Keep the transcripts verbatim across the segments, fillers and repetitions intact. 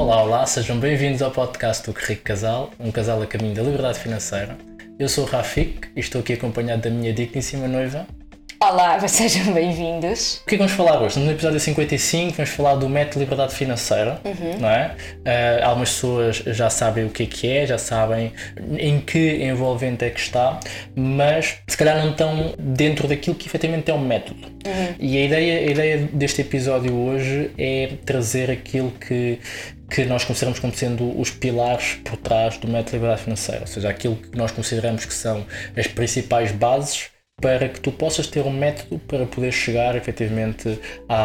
Olá, olá, sejam bem-vindos ao podcast do Que Rico Casal, um casal a caminho da liberdade financeira. Eu sou o Rafik e estou aqui acompanhado da minha digníssima noiva. Olá, sejam bem-vindos. O que é que vamos falar hoje? No episódio cinquenta e cinco vamos falar do método de liberdade financeira, uhum. não é? Uh, algumas pessoas já sabem o que é que é, já sabem em que envolvente é que está, mas se calhar não estão dentro daquilo que efetivamente é um método. Uhum. E a ideia, a ideia deste episódio hoje é trazer aquilo que que nós consideramos como sendo os pilares por trás do método de liberdade financeira, ou seja, aquilo que nós consideramos que são as principais bases para que tu possas ter um método para poder chegar efetivamente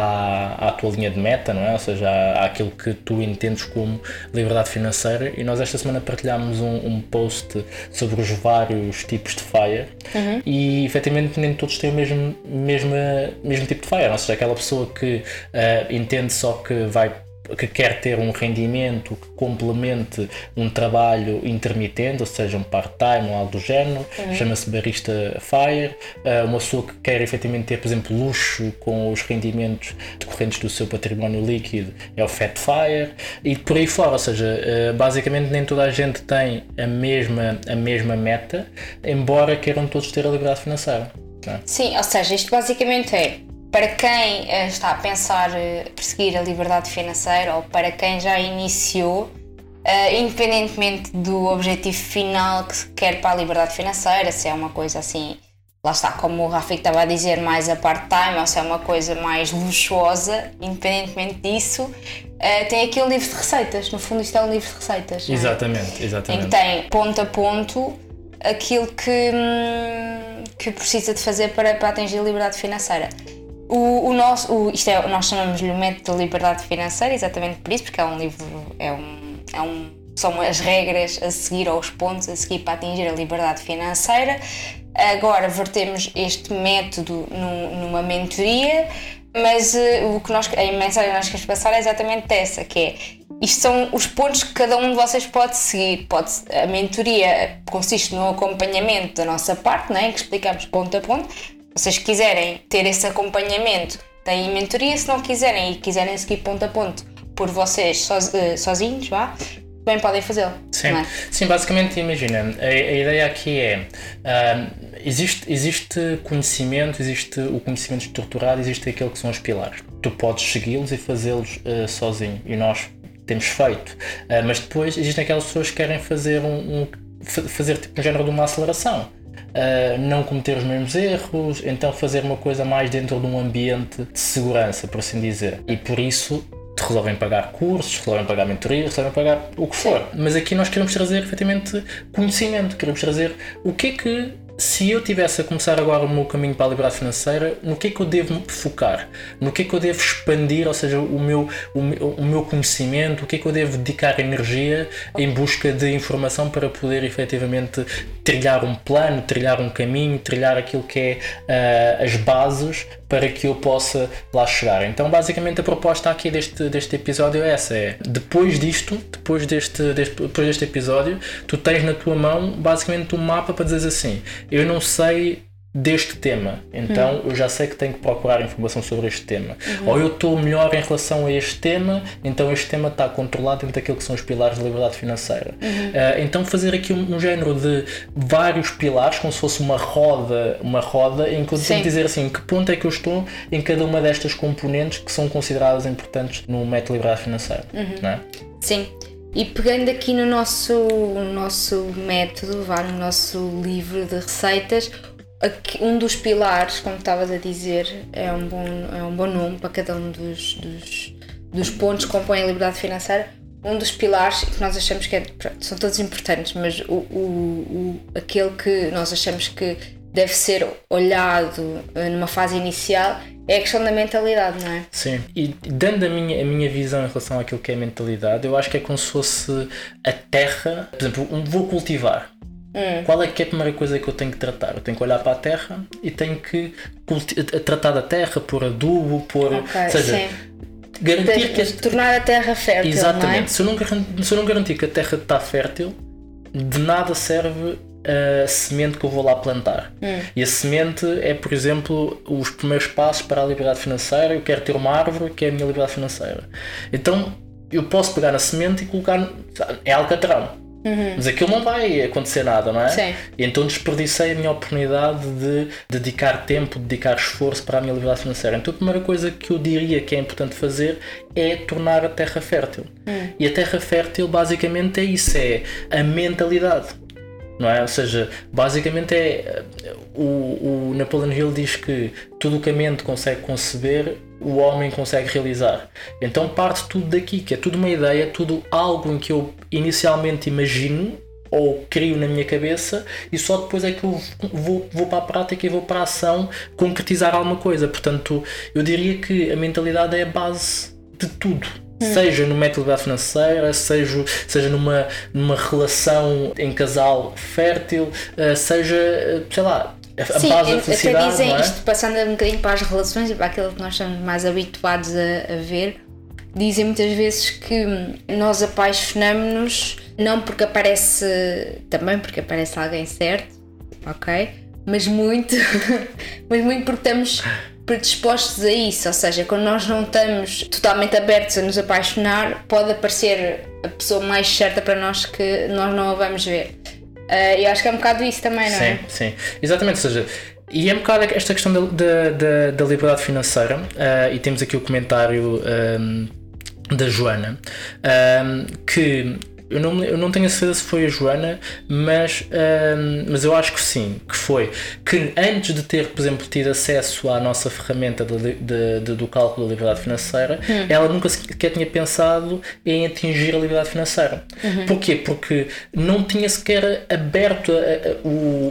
à, à tua linha de meta, não é? Ou seja, à, àquilo que tu entendes como liberdade financeira. E nós esta semana partilhámos um, um post sobre os vários tipos de FIRE uhum. e efetivamente nem todos têm o mesmo, mesmo, mesmo tipo de FIRE, ou seja, aquela pessoa que uh, entende só que vai que quer ter um rendimento que complemente um trabalho intermitente, ou seja, um part-time ou algo do género, uhum. chama-se barista FIRE. Uma pessoa que quer efetivamente ter, por exemplo, luxo com os rendimentos decorrentes do seu património líquido é o Fat FIRE e por aí fora, ou seja, basicamente nem toda a gente tem a mesma, a mesma meta, embora queiram todos ter a liberdade financeira. Não é? Sim, ou seja, isto basicamente é para quem uh, está a pensar uh, perseguir a liberdade financeira ou para quem já iniciou, uh, independentemente do objetivo final que se quer para a liberdade financeira, se é uma coisa assim, lá está, como o Rafik estava a dizer, mais a part-time ou se é uma coisa mais luxuosa, independentemente disso, uh, tem aqui um livro de receitas, no fundo isto é um livro de receitas. Exatamente, exatamente. Em que tem ponto a ponto aquilo que, hum, que precisa de fazer para, para atingir a liberdade financeira. O, o nosso, o, isto é, nós chamamos-lhe o método de liberdade financeira, exatamente por isso, porque é um livro, é um, é um, são as regras a seguir ou os pontos a seguir para atingir a liberdade financeira. Agora vertemos este método num, numa mentoria, mas uh, o que nós, a mensagem que nós queremos passar é exatamente essa, que é, isto são os pontos que cada um de vocês pode seguir. Pode, a mentoria consiste no acompanhamento da nossa parte, né, em que explicamos ponto a ponto. Se vocês quiserem ter esse acompanhamento, têm mentoria. Se não quiserem e quiserem seguir ponto a ponto por vocês soz, sozinhos, vá, bem podem fazê-lo. Sim, não é? Sim, basicamente imagina, a, a ideia aqui é, uh, existe, existe conhecimento, existe o conhecimento estruturado, existe aquele que são os pilares. Tu podes segui-los e fazê-los uh, sozinho e nós temos feito, uh, mas depois existem aquelas pessoas que querem fazer um, um fazer tipo um género de uma aceleração. Uh, não cometer os mesmos erros, então fazer uma coisa mais dentro de um ambiente de segurança, por assim dizer. E por isso te resolvem pagar cursos, resolvem pagar mentorias, resolvem pagar o que for. Mas aqui nós queremos trazer efetivamente conhecimento, queremos trazer o que é que, se eu tivesse a começar agora o meu caminho para a liberdade financeira, no que é que eu devo focar? No que é que eu devo expandir, ou seja, o meu, o, o meu conhecimento, o que é que eu devo dedicar energia em busca de informação para poder efetivamente trilhar um plano, trilhar um caminho, trilhar aquilo que é uh, as bases para que eu possa lá chegar. Então basicamente a proposta aqui deste, deste episódio é essa, é depois disto, depois deste, deste, depois deste episódio, tu tens na tua mão basicamente um mapa para dizeres assim, eu não sei deste tema, então uhum. eu já sei que tenho que procurar informação sobre este tema. Uhum. Ou eu estou melhor em relação a este tema, então este tema está controlado dentro daquilo que são os pilares da liberdade financeira. Uhum. Uh, então fazer aqui um, um género de vários pilares, como se fosse uma roda, uma roda em que eu tenho que dizer assim, que ponto é que eu estou em cada uma destas componentes que são consideradas importantes no método de liberdade financeira. Uhum. Não é? Sim. E pegando aqui no nosso, nosso método, vá, no nosso livro de receitas, um dos pilares, como estavas a dizer, é um bom, é um bom nome para cada um dos, dos, dos pontos que compõem a liberdade financeira. Um dos pilares que nós achamos que é, são todos importantes, mas o, o, o, aquele que nós achamos que deve ser olhado numa fase inicial é a questão da mentalidade, não é? Sim, e dando a minha, a minha visão em relação àquilo que é a mentalidade, eu acho que é como se fosse a terra, por exemplo, vou cultivar. Hum. Qual é que é a primeira coisa que eu tenho que tratar? Eu tenho que olhar para a terra e tenho que culti- tratar da terra, pôr adubo, pôr... Okay, ou seja, sim. garantir de, que... A... tornar a terra fértil, exatamente. Não é? Se eu não, se eu não garantir que a terra está fértil, de nada serve a semente que eu vou lá plantar. Hum. E a semente é, por exemplo, os primeiros passos para a liberdade financeira. Eu quero ter uma árvore que é a minha liberdade financeira. Então, eu posso pegar na semente e colocar, é alcatrão. Uhum. Mas aquilo não vai acontecer nada, não é? Sim. E então desperdicei a minha oportunidade de dedicar tempo, dedicar esforço para a minha liberdade financeira. Então a primeira coisa que eu diria que é importante fazer é tornar a terra fértil. Uhum. E a terra fértil basicamente é isso, é a mentalidade. Não é? Ou seja, basicamente é o, o Napoleon Hill diz que tudo o que a mente consegue conceber, o homem consegue realizar. Então parte tudo daqui, que é tudo uma ideia, tudo algo em que eu inicialmente imagino ou crio na minha cabeça e só depois é que eu vou, vou para a prática e vou para a ação concretizar alguma coisa. Portanto, eu diria que a mentalidade é a base de tudo. Seja no método de liberdade financeira, seja, seja numa, numa relação em casal fértil, seja, sei lá, a Sim, base da felicidade, até dizem não é? isto, passando um bocadinho para as relações e para aquilo que nós estamos mais habituados a, a ver, dizem muitas vezes que nós apaixonamos-nos não porque aparece, também porque aparece alguém certo, ok? Mas muito, mas muito porque estamos predispostos a isso, ou seja, quando nós não estamos totalmente abertos a nos apaixonar, pode aparecer a pessoa mais certa para nós que nós não a vamos ver. Uh, eu acho que é um bocado isso também, não é? Sim, sim, exatamente, ou seja, e é um bocado esta questão da, da, da, da liberdade financeira, uh, e temos aqui o comentário um, da Joana, um, que eu não, eu não tenho a certeza se foi a Joana, mas, um, mas eu acho que sim, que foi, que antes de ter, por exemplo, tido acesso à nossa ferramenta de, de, de, do cálculo da liberdade financeira, hum. ela nunca sequer tinha pensado em atingir a liberdade financeira. Uhum. Porquê? Porque não tinha sequer aberto a, a, o,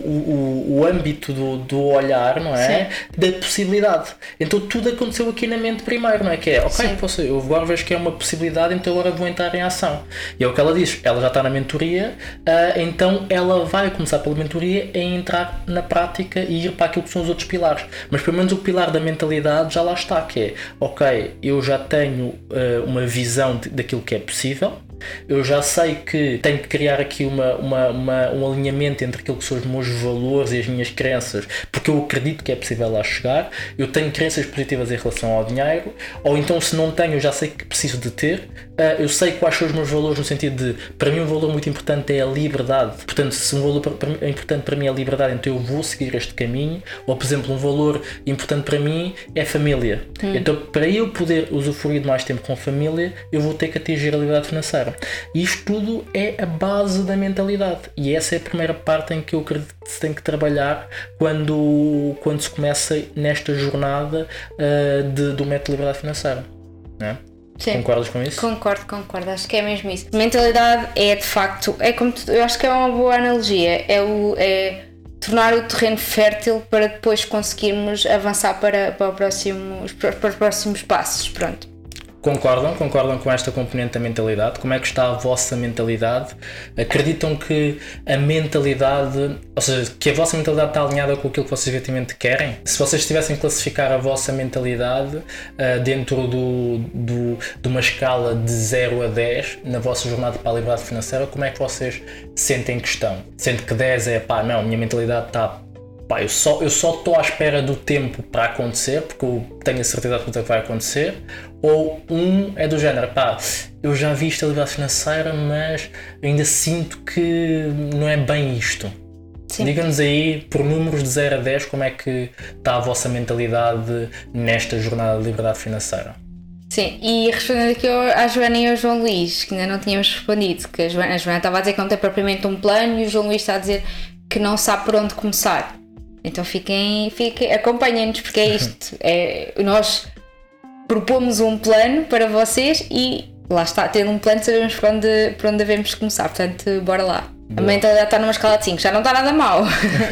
o, o âmbito do, do olhar, não é? Sim. Da possibilidade. Então tudo aconteceu aqui na mente primeiro, não é? Que é, ok, posso, eu agora vejo que é uma possibilidade, então agora vou entrar em ação. E é o que ela diz. Ela já está na mentoria, uh, então ela vai começar pela mentoria a entrar na prática e ir para aquilo que são os outros pilares. Mas pelo menos o pilar da mentalidade já lá está, que é, ok, eu já tenho uh, uma visão de, daquilo que é possível, eu já sei que tenho que criar aqui uma, uma, uma, um alinhamento entre aquilo que são os meus valores e as minhas crenças, porque eu acredito que é possível lá chegar, eu tenho crenças positivas em relação ao dinheiro, ou então se não tenho, eu já sei que preciso de ter, uh, eu sei quais são os meus valores no sentido de, para mim um valor muito importante é a liberdade, portanto se um valor para, para, importante para mim é a liberdade, então eu vou seguir este caminho, ou por exemplo um valor importante para mim é a família, hum. então para eu poder usufruir de mais tempo com a família, eu vou ter que atingir a liberdade financeira. E isto tudo é a base da mentalidade e essa é a primeira parte em que eu acredito que se tem que trabalhar quando, quando se começa nesta jornada uh, de, do método de liberdade financeira, não é? Sim. Concordas com isso? Concordo, concordo, acho que é mesmo isso. Mentalidade é de facto, é como tu, eu acho que é uma boa analogia, é, o, é tornar o terreno fértil para depois conseguirmos avançar para, para, o próximo, para os próximos passos, pronto. Concordam? Concordam com esta componente da mentalidade? Como é que está a vossa mentalidade? Acreditam que a mentalidade, ou seja, que a vossa mentalidade está alinhada com aquilo que vocês efetivamente querem? Se vocês tivessem que classificar a vossa mentalidade uh, dentro do, do, de uma escala de zero a dez na vossa jornada para a liberdade financeira, como é que vocês sentem que estão? Sendo que dez é, pá, não, a minha mentalidade está... Pá, eu só eu só estou à espera do tempo para acontecer, porque eu tenho a certeza de que vai acontecer, ou um é do género, pá, eu já vi esta liberdade financeira, mas ainda sinto que não é bem isto. Diga-nos aí, por números de zero a dez, como é que está a vossa mentalidade nesta jornada de liberdade financeira? Sim, e respondendo aqui à Joana e ao João Luís, que ainda não tínhamos respondido, que a Joana, a Joana estava a dizer que não tem propriamente um plano e o João Luís está a dizer que não sabe por onde começar. Então fiquem, fiquem acompanhem-nos, porque é isto, é, nós propomos um plano para vocês e lá está, tendo um plano sabemos por onde, por onde devemos começar, portanto bora lá. Boa. A mentalidade está numa escala de cinco, já não está nada mal,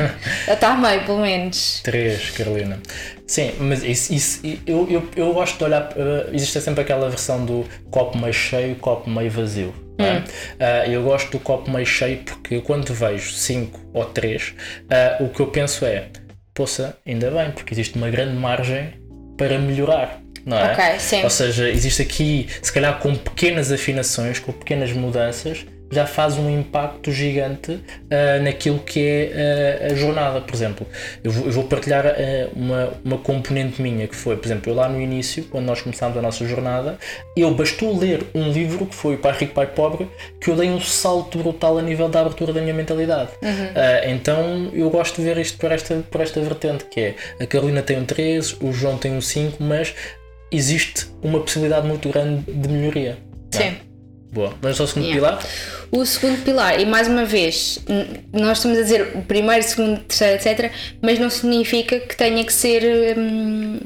já está a meio pelo menos. três, Carolina. Sim, mas isso, isso, eu, eu, eu gosto de olhar, uh, existe sempre aquela versão do copo meio cheio, copo meio vazio. Hum. Uh, eu gosto do copo meio cheio porque eu, quando vejo cinco ou três, uh, o que eu penso é, poça, ainda bem, porque existe uma grande margem para melhorar. Não é? Okay, sim. Ou seja, existe aqui, se calhar com pequenas afinações, com pequenas mudanças, já faz um impacto gigante uh, naquilo que é uh, a jornada. Por exemplo, eu vou, eu vou partilhar uh, uma, uma componente minha que foi, por exemplo, eu lá no início, quando nós começámos a nossa jornada, eu bastou ler um livro que foi o Pai Rico, Pai Pobre, que eu dei um salto brutal a nível da abertura da minha mentalidade. Uhum. Uh, então eu gosto de ver isto por esta, por esta vertente, que é a Carolina tem um treze, o João tem um cinco, mas existe uma possibilidade muito grande de melhoria. Sim. Não? Boa. Vamos ao segundo yeah. pilar? O segundo pilar, e mais uma vez, nós estamos a dizer o primeiro, segundo, terceiro, etcétera, mas não significa que tenha que ser hum,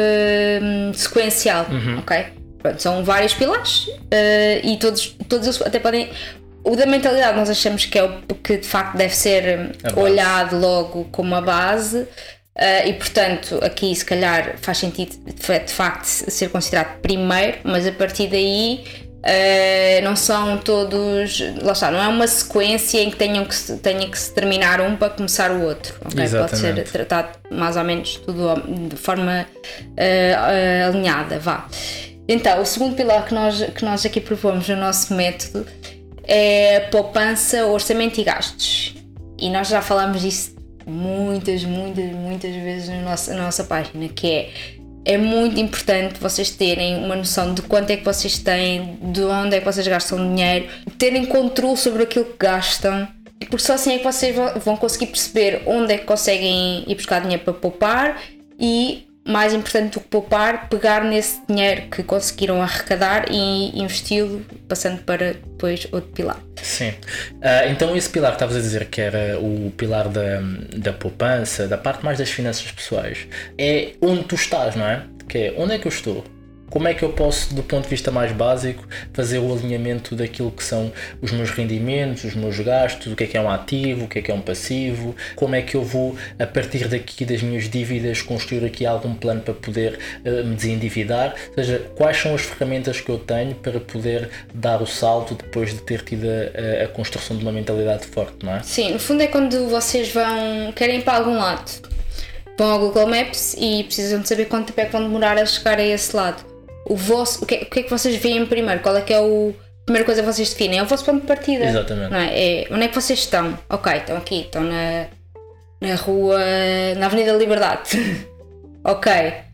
hum, sequencial, uhum. ok? Pronto, são vários pilares uh, e todos, todos eles até podem... O da mentalidade nós achamos que é o que de facto deve ser olhado logo como a base. Uh, e portanto aqui se calhar faz sentido de facto ser considerado primeiro, mas a partir daí uh, não são todos, lá está, não é uma sequência em que tenham que se, tenha que se terminar um para começar o outro, okay? Pode ser tratado mais ou menos tudo de forma uh, uh, alinhada, vá. Então o segundo pilar que nós, que nós aqui propomos no nosso método é poupança, orçamento e gastos, e nós já falámos disso muitas, muitas, muitas vezes na nossa, na nossa página, que é é muito importante vocês terem uma noção de quanto é que vocês têm, de onde é que vocês gastam dinheiro, terem controle sobre aquilo que gastam, porque só assim é que vocês vão conseguir perceber onde é que conseguem ir buscar dinheiro para poupar e, mais importante do que poupar, pegar nesse dinheiro que conseguiram arrecadar e investi-lo, passando para depois outro pilar. Sim. Uh, então esse pilar que estavas a dizer que era o pilar da, da poupança, da parte mais das finanças pessoais, é onde tu estás, não é? Que é, onde é que eu estou? Como é que eu posso, do ponto de vista mais básico, fazer o alinhamento daquilo que são os meus rendimentos, os meus gastos, o que é que é um ativo, o que é que é um passivo, como é que eu vou, a partir daqui das minhas dívidas, construir aqui algum plano para poder uh, me desendividar, ou seja, quais são as ferramentas que eu tenho para poder dar o salto depois de ter tido a, a construção de uma mentalidade forte, não é? Sim, no fundo é quando vocês vão, querem ir para algum lado, vão ao Google Maps e precisam de saber quanto tempo é que vão demorar a chegar a esse lado. O, vosso, o, que, o que é que vocês veem primeiro? Qual é que é o, a primeira coisa que vocês definem? É o vosso ponto de partida. Exatamente. Não é? É, onde é que vocês estão? Ok, estão aqui, estão na, na rua, na Avenida Liberdade. Ok.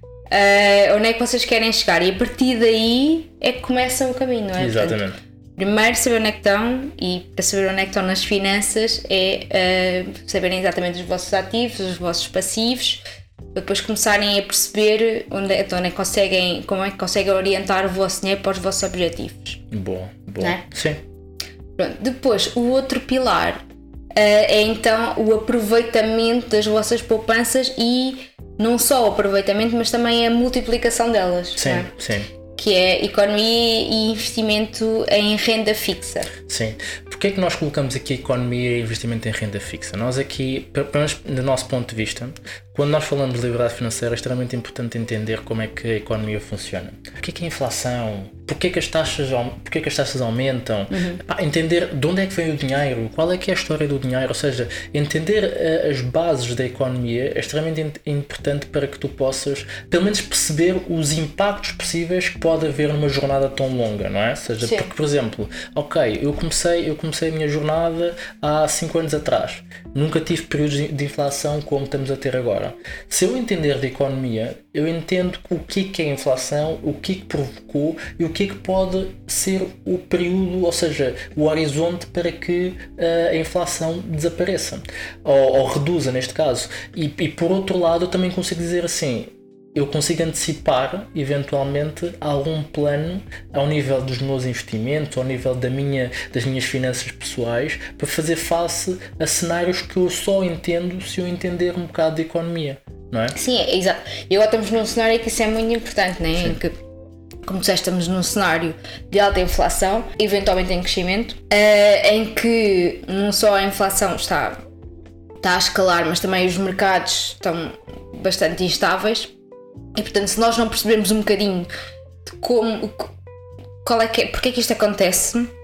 Uh, onde é que vocês querem chegar? E a partir daí é que começa o caminho, não é? Exatamente. Portanto, primeiro saber onde é que estão, e para saber onde é que estão nas finanças é uh, saberem exatamente os vossos ativos, os vossos passivos, para depois começarem a perceber onde é, onde é que conseguem, como é que conseguem orientar o vosso dinheiro para os vossos objetivos. Boa, boa. É? Sim. Pronto. Depois, o outro pilar uh, é então o aproveitamento das vossas poupanças, e não só o aproveitamento, mas também a multiplicação delas. Sim, não é? sim. Que é economia e investimento em renda fixa. Sim. Porquê é que nós colocamos aqui economia e investimento em renda fixa? Nós aqui, pelo menos do nosso ponto de vista, quando nós falamos de liberdade financeira, é extremamente importante entender como é que a economia funciona. O que é que é a inflação? Porquê é que as taxas, porquê é que as taxas aumentam? Uhum. Epá, entender de onde é que vem o dinheiro, qual é que é a história do dinheiro, ou seja, entender uh, as bases da economia é extremamente in- importante para que tu possas, pelo menos, perceber os impactos possíveis que pode haver numa jornada tão longa, não é? Ou seja, Sim. porque, por exemplo, ok, eu comecei, eu comecei a minha jornada há cinco anos atrás, nunca tive períodos de inflação como estamos a ter agora. Se eu entender de economia, eu entendo o que é a inflação, o que é que provocou e o que é que pode ser o período, ou seja, o horizonte para que uh, a inflação desapareça, ou, ou reduza neste caso. E, e por outro lado, eu também consigo dizer assim, eu consigo antecipar, eventualmente, algum plano ao nível dos meus investimentos, ao nível da minha, das minhas finanças pessoais, para fazer face a cenários que eu só entendo se eu entender um bocado de economia, não é? Sim, é, exato. E agora estamos num cenário que isso é muito importante, não é? Em que, como disseste, estamos num cenário de alta inflação, eventualmente em crescimento, uh, em que não só a inflação está, está a escalar, mas também os mercados estão bastante instáveis. E portanto, se nós não percebermos um bocadinho de como, qual é que é, porque é que isto acontece, uh,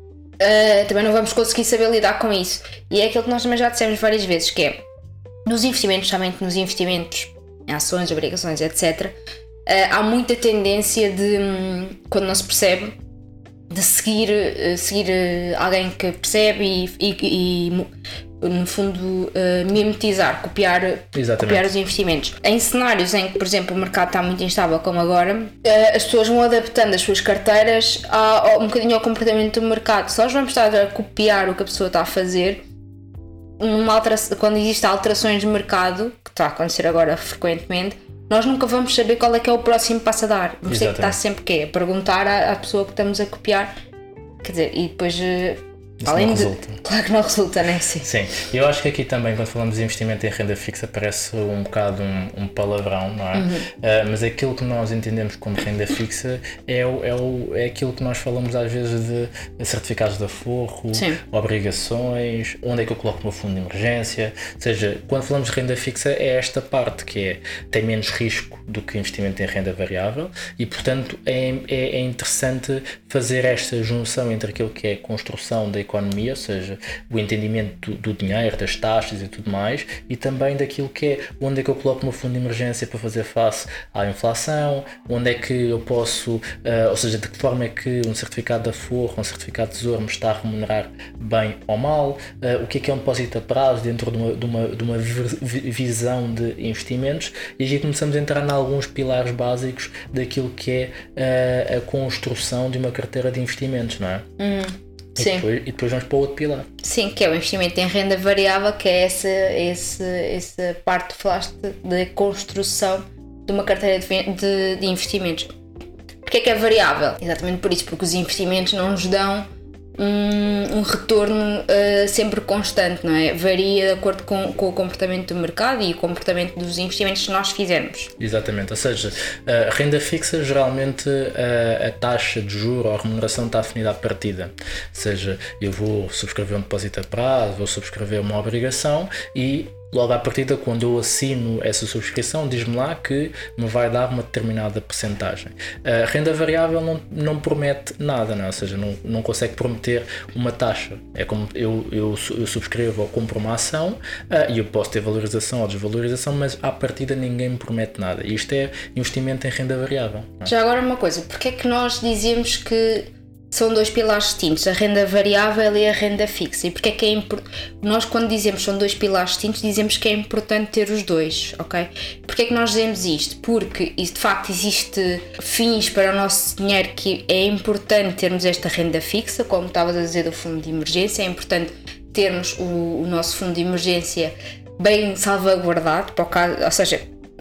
também não vamos conseguir saber lidar com isso. E é aquilo que nós também já dissemos várias vezes, que é, nos investimentos, somente nos investimentos em ações, obrigações, etcétera, uh, há muita tendência de, um, quando não se percebe, de seguir, seguir alguém que percebe e, e, e no fundo, mimetizar, copiar, copiar os investimentos. Em cenários em que, por exemplo, o mercado está muito instável como agora, as pessoas vão adaptando as suas carteiras a, a, um bocadinho ao comportamento do mercado. Se nós vamos estar a copiar o que a pessoa está a fazer, numa alteração, quando existem alterações de mercado, que está a acontecer agora frequentemente, nós nunca vamos saber qual é que é o próximo passo a dar. Vamos ter que estar sempre que é, perguntar à, à pessoa que estamos a copiar, quer dizer, e depois... Isso além não de, resulta. Claro que não resulta, não é? Sim. Sim, eu acho que aqui também, quando falamos de investimento em renda fixa, parece um bocado um, um palavrão, não é? Uhum. Uh, mas aquilo que nós entendemos como renda fixa é, o, é, o, é aquilo que nós falamos às vezes de certificados de aforro, Sim. obrigações, onde é que eu coloco o meu fundo de emergência. Ou seja, quando falamos de renda fixa, é esta parte que é, tem menos risco do que investimento em renda variável e, portanto, é, é, é interessante fazer esta junção entre aquilo que é a construção da economia, ou seja, o entendimento do, do dinheiro, das taxas e tudo mais, e também daquilo que é onde é que eu coloco o meu fundo de emergência para fazer face à inflação, onde é que eu posso, uh, ou seja, de que forma é que um certificado de aforro, um certificado de tesouro me está a remunerar bem ou mal, uh, o que é que é um depósito a prazo dentro de uma, de uma, de uma visão de investimentos, e aqui começamos a entrar em alguns pilares básicos daquilo que é uh, a construção de uma carteira de investimentos, não é? Hum. E depois, e depois vamos para o outro pilar. Sim, que é o investimento em renda variável, que é essa, essa, essa parte que falaste da construção de uma carteira de, de, de investimentos. Porquê é que é variável? Exatamente por isso, porque os investimentos não nos dão um, um retorno uh, sempre constante, não é? Varia de acordo com, com o comportamento do mercado e o comportamento dos investimentos que nós fizermos. Exatamente, ou seja, a renda fixa geralmente a, a taxa de juros ou a remuneração está definida à partida, ou seja, eu vou subscrever um depósito a prazo, vou subscrever uma obrigação e logo à partida, quando eu assino essa subscrição, diz-me lá que me vai dar uma determinada percentagem. A renda variável não, não promete nada, não? Ou seja, não, não consegue prometer uma taxa. É como eu, eu, eu subscrevo ou compro uma ação uh, e eu posso ter valorização ou desvalorização, mas à partida ninguém me promete nada. E isto é investimento em renda variável. Não? Já agora uma coisa, porque é que nós dizemos que são dois pilares distintos, a renda variável e a renda fixa? E porque é que é importante? Nós, quando dizemos que são dois pilares distintos, dizemos que é importante ter os dois, ok? Porque é que nós dizemos isto? Porque, de facto, existe fins para o nosso dinheiro que é importante termos esta renda fixa, como estavas a dizer do fundo de emergência, é importante termos o, o nosso fundo de emergência bem salvaguardado, para o caso, ou seja,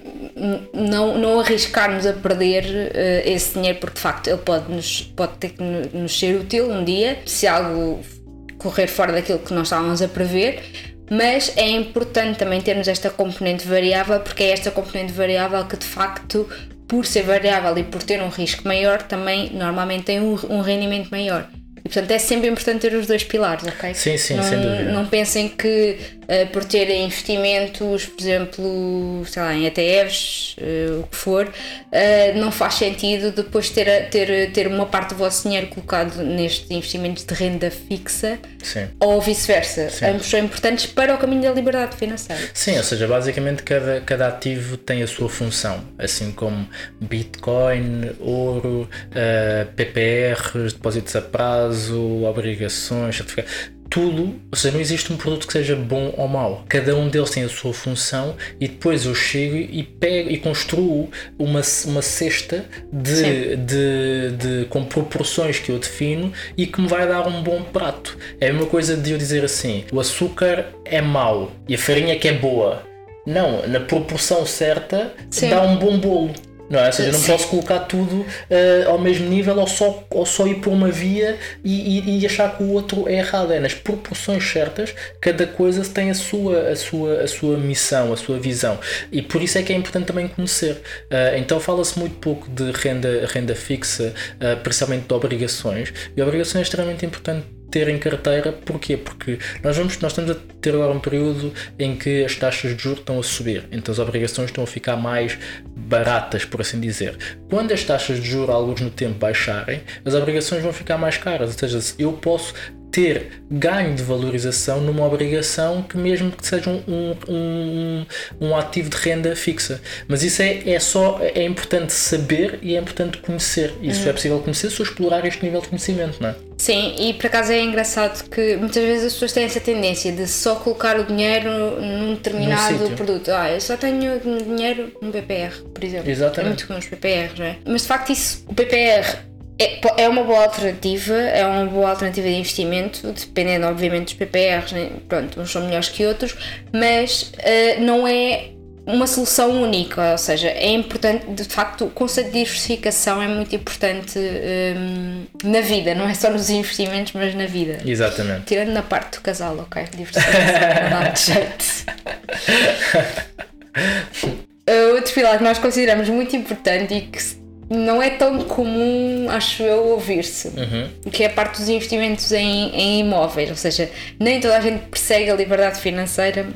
Não, não arriscarmos a perder uh, esse dinheiro, porque de facto ele pode, nos, pode ter que nos ser útil um dia, se algo correr fora daquilo que nós estávamos a prever, mas é importante também termos esta componente variável, porque é esta componente variável que de facto, por ser variável e por ter um risco maior, também normalmente tem um, um rendimento maior. E, portanto, é sempre importante ter os dois pilares, ok? Sim, sim, não, sem dúvida. Não pensem que uh, por terem investimentos, por exemplo, sei lá, em E T Fs, uh, o que for, uh, não faz sentido depois ter, ter, ter uma parte do vosso dinheiro colocado nestes investimentos de renda fixa, sim. Ou vice-versa. Sim. Ambos são importantes para o caminho da liberdade financeira. Sim, ou seja, basicamente cada, cada ativo tem a sua função, assim como Bitcoin, ouro, uh, P P Rs, depósitos a prazo, obrigações, certificados, tudo, ou seja, não existe um produto que seja bom ou mau. Cada um deles tem a sua função e depois eu chego e pego e construo uma, uma cesta de, de, de, com proporções que eu defino e que me vai dar um bom prato. É a mesma coisa de eu dizer assim, o açúcar é mau e a farinha que é boa. Não, na proporção certa, Sim. dá um bom bolo. Não é? Ou seja, eu não Sim. posso colocar tudo uh, ao mesmo nível ou só, ou só ir por uma via e, e, e achar que o outro é errado. É nas proporções certas, cada coisa tem a sua, a, sua, a sua missão, a sua visão. E por isso é que é importante também conhecer. Uh, então fala-se muito pouco de renda, renda fixa, uh, principalmente de obrigações. E obrigações é extremamente importante ter em carteira. Porquê? Porque nós, vamos, nós estamos a ter agora um período em que as taxas de juros estão a subir, então as obrigações estão a ficar mais baratas, por assim dizer. Quando as taxas de juros, alguns no tempo, baixarem, as obrigações vão ficar mais caras, ou seja, eu posso ter ganho de valorização numa obrigação que mesmo que seja um, um, um, um ativo de renda fixa. Mas isso é, é só, é importante saber e é importante conhecer. Isso uhum. é possível conhecer se eu explorar este nível de conhecimento, não é? Sim, e por acaso é engraçado que muitas vezes as pessoas têm essa tendência de só colocar o dinheiro num determinado num produto. Ah, eu só tenho dinheiro num P P R, por exemplo. Exatamente. É muito comum os P P Rs, não é? Mas de facto isso, o P P R é, é uma boa alternativa, é uma boa alternativa de investimento, dependendo obviamente dos P P Rs, né? Pronto, uns são melhores que outros, mas uh, não é uma solução única, ou seja, é importante, de facto, o conceito de diversificação é muito importante um, na vida, não é só nos investimentos, mas na vida. Exatamente. Tirando na parte do casal, ok? Diversificação não dá de jeito. Outro pilar que nós consideramos muito importante e que não é tão comum, acho eu, ouvir-se, uhum. que é a parte dos investimentos em, em imóveis, ou seja, nem toda a gente persegue a liberdade financeira,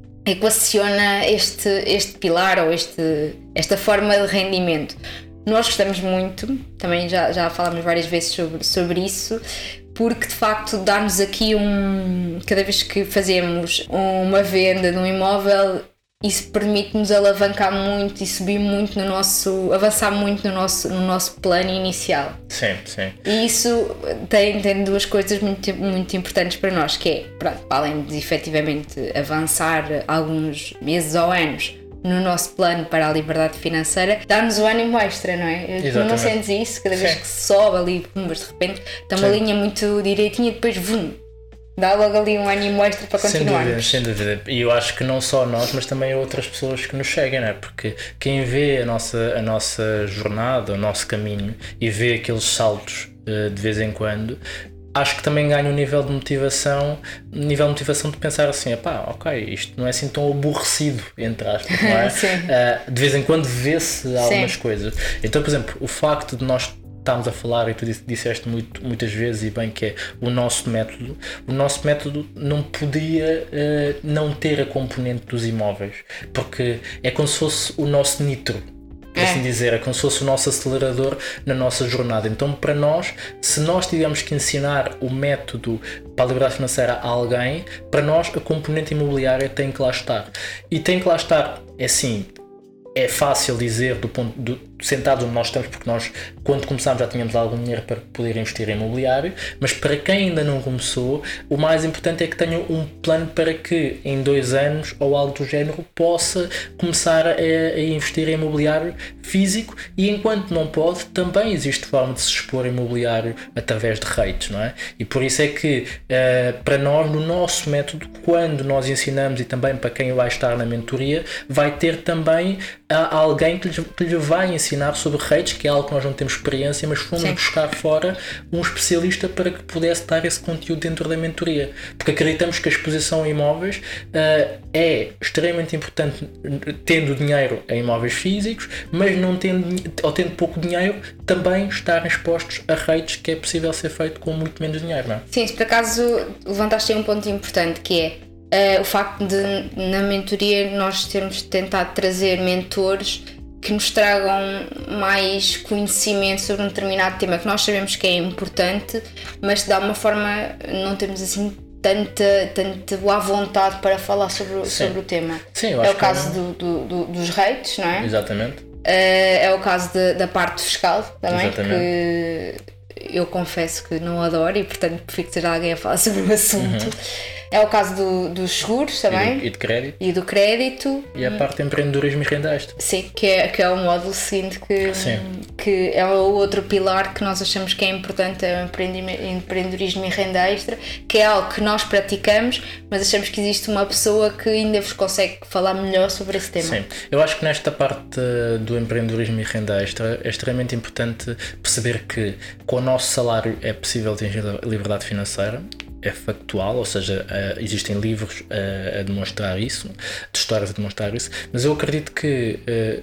equaciona este, este pilar ou este, esta forma de rendimento. Nós gostamos muito, também já, já falámos várias vezes sobre, sobre isso, porque de facto dá-nos aqui um... Cada vez que fazemos uma venda de um imóvel, isso permite-nos alavancar muito e subir muito no nosso... avançar muito no nosso, no nosso plano inicial. Sim, sim. E isso tem, tem duas coisas muito, muito importantes para nós, que é, pronto, além de efetivamente avançar alguns meses ou anos no nosso plano para a liberdade financeira, dá-nos o ânimo extra, não é? Tu não sentes isso? Cada vez Sim. que se sobe ali, mas de repente está uma Sim. linha muito direitinha e depois vum, dá logo ali um ânimo extra para continuarmos. Sem dúvida, sem dúvida. E eu acho que não só nós, mas também outras pessoas que nos chegam, não é? Porque quem vê a nossa, a nossa jornada, o nosso caminho e vê aqueles saltos uh, de vez em quando, acho que também ganha um nível de motivação, um nível de motivação de pensar assim, pá, ok, isto não é assim tão aborrecido, entre aspas, não é? uh, de vez em quando vê-se algumas Sim. coisas. Então, por exemplo, o facto de nós estamos a falar, e tu disseste muito, muitas vezes e bem, que é o nosso método, o nosso método não podia uh, não ter a componente dos imóveis, porque é como se fosse o nosso nitro, por assim dizer, é como se fosse o nosso acelerador na nossa jornada. Então, para nós, se nós tivermos que ensinar o método para a liberdade financeira a alguém, para nós a componente imobiliária tem que lá estar. E tem que lá estar, é assim, é fácil dizer do ponto do, sentados onde nós estamos, porque nós, quando começámos, já tínhamos algum dinheiro para poder investir em imobiliário, mas para quem ainda não começou, o mais importante é que tenha um plano para que em dois anos ou algo do género possa começar a, a investir em imobiliário físico, e enquanto não pode, também existe forma de se expor em imobiliário através de rates, não é? E por isso é que uh, para nós, no nosso método, quando nós ensinamos, e também para quem vai estar na mentoria, vai ter também uh, alguém que lhe, que lhe vai ensinar sobre rates, que é algo que nós não temos experiência, mas fomos Sim. buscar fora um especialista para que pudesse dar esse conteúdo dentro da mentoria, porque acreditamos que a exposição a imóveis uh, é extremamente importante, tendo dinheiro em imóveis físicos, mas não tendo, ou tendo pouco dinheiro, também estar expostos a rates, que é possível ser feito com muito menos dinheiro, não é? Sim, se por acaso levantaste aí um ponto importante, que é uh, o facto de, na mentoria, nós termos tentado trazer mentores que nos tragam mais conhecimento sobre um determinado tema que nós sabemos que é importante, mas de alguma forma não temos assim tanta, tanta boa vontade para falar sobre, sobre o tema. Sim, eu é acho o caso que... do, do, do, dos rates, não é? Exatamente. Uh, é o caso de, da parte fiscal também, Exatamente. Que eu confesso que não adoro e portanto prefiro ter alguém a falar sobre o assunto. Uhum. É o caso do, dos seguros também. E, do, e de crédito. E do crédito. E a parte de empreendedorismo e renda extra. Sim, que é, que é o módulo seguinte, que, que é o outro pilar que nós achamos que é importante, é o empreendedorismo e renda extra, que é algo que nós praticamos, mas achamos que existe uma pessoa que ainda vos consegue falar melhor sobre esse tema. Sim, eu acho que nesta parte do empreendedorismo e renda extra é extremamente importante perceber que com o nosso salário é possível atingir a liberdade financeira. É factual, ou seja, uh, existem livros uh, a demonstrar isso, de histórias a demonstrar isso, mas eu acredito que uh,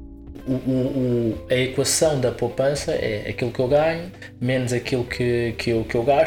o, o, a equação da poupança é aquilo que eu ganho, menos aquilo que, que, eu, que eu gasto,